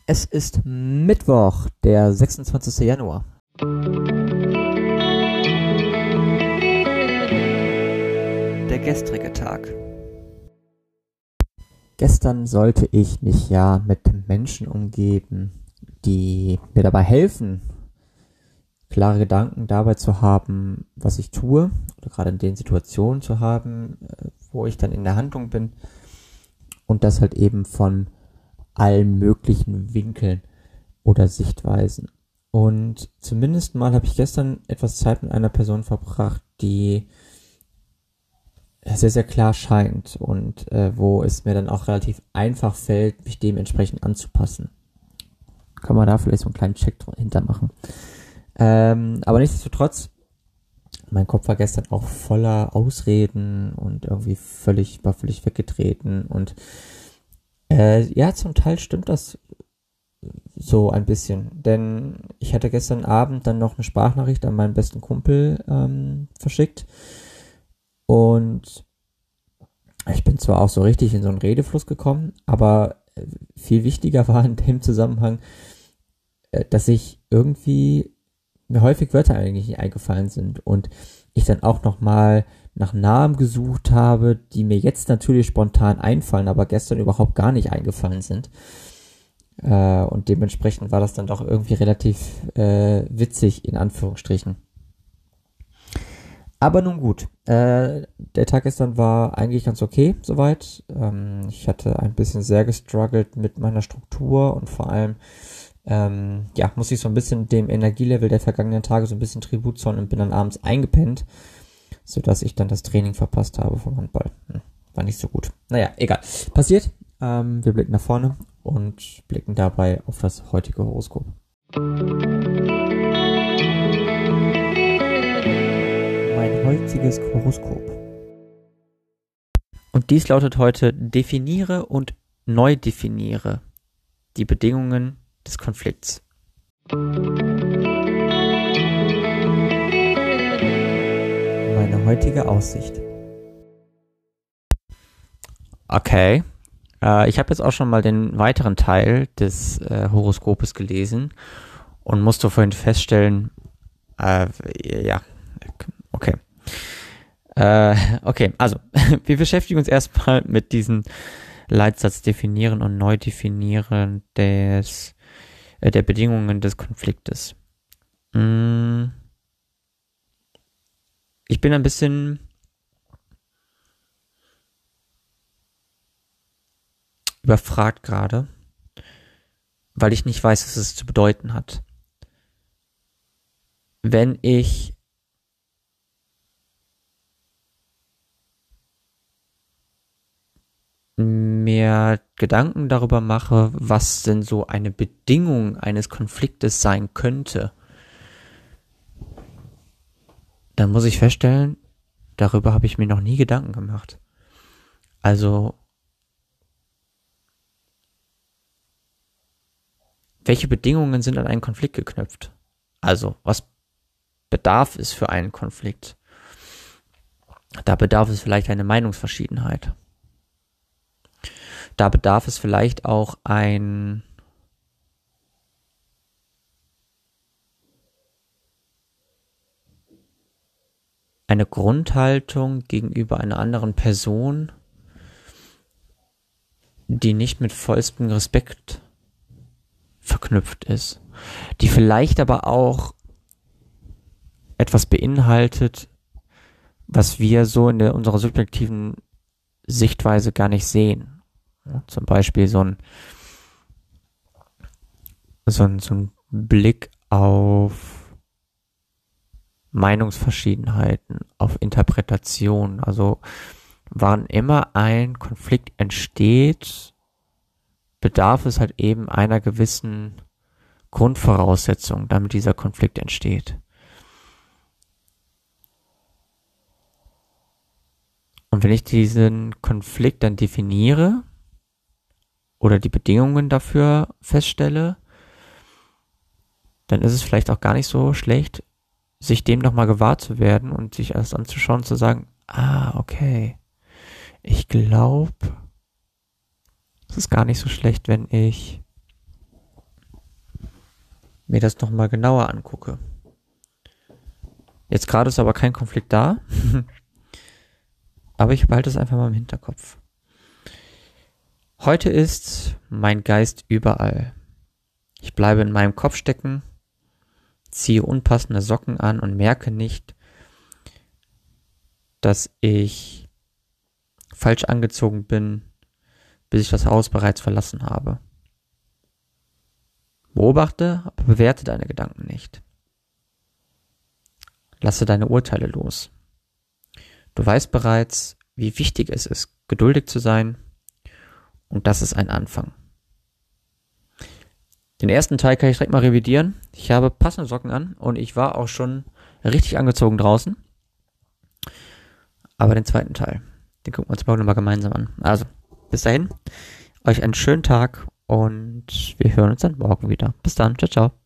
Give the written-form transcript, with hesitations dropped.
Es ist Mittwoch, der 26. Januar. Der gestrige Tag. Gestern sollte ich mich ja mit Menschen umgeben, die mir dabei helfen, klare Gedanken dabei zu haben, was ich tue, oder gerade in den Situationen zu haben, wo ich dann in der Handlung bin, und das halt eben von allen möglichen Winkeln oder Sichtweisen. Und zumindest mal habe ich gestern etwas Zeit mit einer Person verbracht, die sehr, sehr klar scheint und wo es mir dann auch relativ einfach fällt, mich dementsprechend anzupassen. Kann man da vielleicht so einen kleinen Check hinter machen. Aber nichtsdestotrotz, mein Kopf war gestern auch voller Ausreden und irgendwie völlig weggetreten und ja, zum Teil stimmt das so ein bisschen, denn ich hatte gestern Abend dann noch eine Sprachnachricht an meinen besten Kumpel verschickt und ich bin zwar auch so richtig in so einen Redefluss gekommen, aber viel wichtiger war in dem Zusammenhang, dass mir häufig Wörter eigentlich nicht eingefallen sind und ich dann auch nochmal nach Namen gesucht habe, die mir jetzt natürlich spontan einfallen, aber gestern überhaupt gar nicht eingefallen sind. Und dementsprechend war das dann doch irgendwie relativ witzig, in Anführungsstrichen. Aber nun gut, der Tag gestern war eigentlich ganz okay, soweit. Ich hatte ein bisschen sehr gestruggelt mit meiner Struktur und vor allem muss ich so ein bisschen dem Energielevel der vergangenen Tage so ein bisschen Tribut zollen und bin dann abends eingepennt, sodass ich dann das Training verpasst habe vom Handball. War nicht so gut. Naja, egal. Passiert. Wir blicken nach vorne und blicken dabei auf das heutige Horoskop. Mein heutiges Horoskop. Und dies lautet heute: Definiere und neu definiere die Bedingungen des Konflikts. Meine heutige Aussicht. Okay. Ich habe jetzt auch schon mal den weiteren Teil des Horoskopes gelesen und musste vorhin feststellen, okay. Okay, also wir beschäftigen uns erstmal mit diesem Leitsatz definieren und neu definieren der Bedingungen des Konfliktes. Ich bin ein bisschen überfragt gerade, weil ich nicht weiß, was es zu bedeuten hat. Wenn ich mir Gedanken darüber mache, was denn so eine Bedingung eines Konfliktes sein könnte, dann muss ich feststellen, darüber habe ich mir noch nie Gedanken gemacht. Also, welche Bedingungen sind an einen Konflikt geknüpft? Also, was bedarf es für einen Konflikt? Da bedarf es vielleicht eine Meinungsverschiedenheit. Da bedarf es vielleicht auch eine Grundhaltung gegenüber einer anderen Person, die nicht mit vollstem Respekt verknüpft ist, die vielleicht aber auch etwas beinhaltet, was wir so in unserer subjektiven Sichtweise gar nicht sehen. Ja, zum Beispiel so ein Blick auf Meinungsverschiedenheiten, auf Interpretation. Also wann immer ein Konflikt entsteht, bedarf es halt eben einer gewissen Grundvoraussetzung, damit dieser Konflikt entsteht. Und wenn ich diesen Konflikt dann definiere oder die Bedingungen dafür feststelle, dann ist es vielleicht auch gar nicht so schlecht, sich dem nochmal gewahr zu werden und sich erst anzuschauen und zu sagen, okay, ich glaube, es ist gar nicht so schlecht, wenn ich mir das nochmal genauer angucke. Jetzt gerade ist aber kein Konflikt da, aber ich behalte es einfach mal im Hinterkopf. Heute ist mein Geist überall. Ich bleibe in meinem Kopf stecken, ziehe unpassende Socken an und merke nicht, dass ich falsch angezogen bin, bis ich das Haus bereits verlassen habe. Beobachte, aber bewerte deine Gedanken nicht. Lasse deine Urteile los. Du weißt bereits, wie wichtig es ist, geduldig zu sein, und das ist ein Anfang. Den ersten Teil kann ich direkt mal revidieren. Ich habe passende Socken an und ich war auch schon richtig angezogen draußen. Aber den zweiten Teil, den gucken wir uns morgen nochmal gemeinsam an. Also, bis dahin, euch einen schönen Tag und wir hören uns dann morgen wieder. Bis dann, ciao, ciao.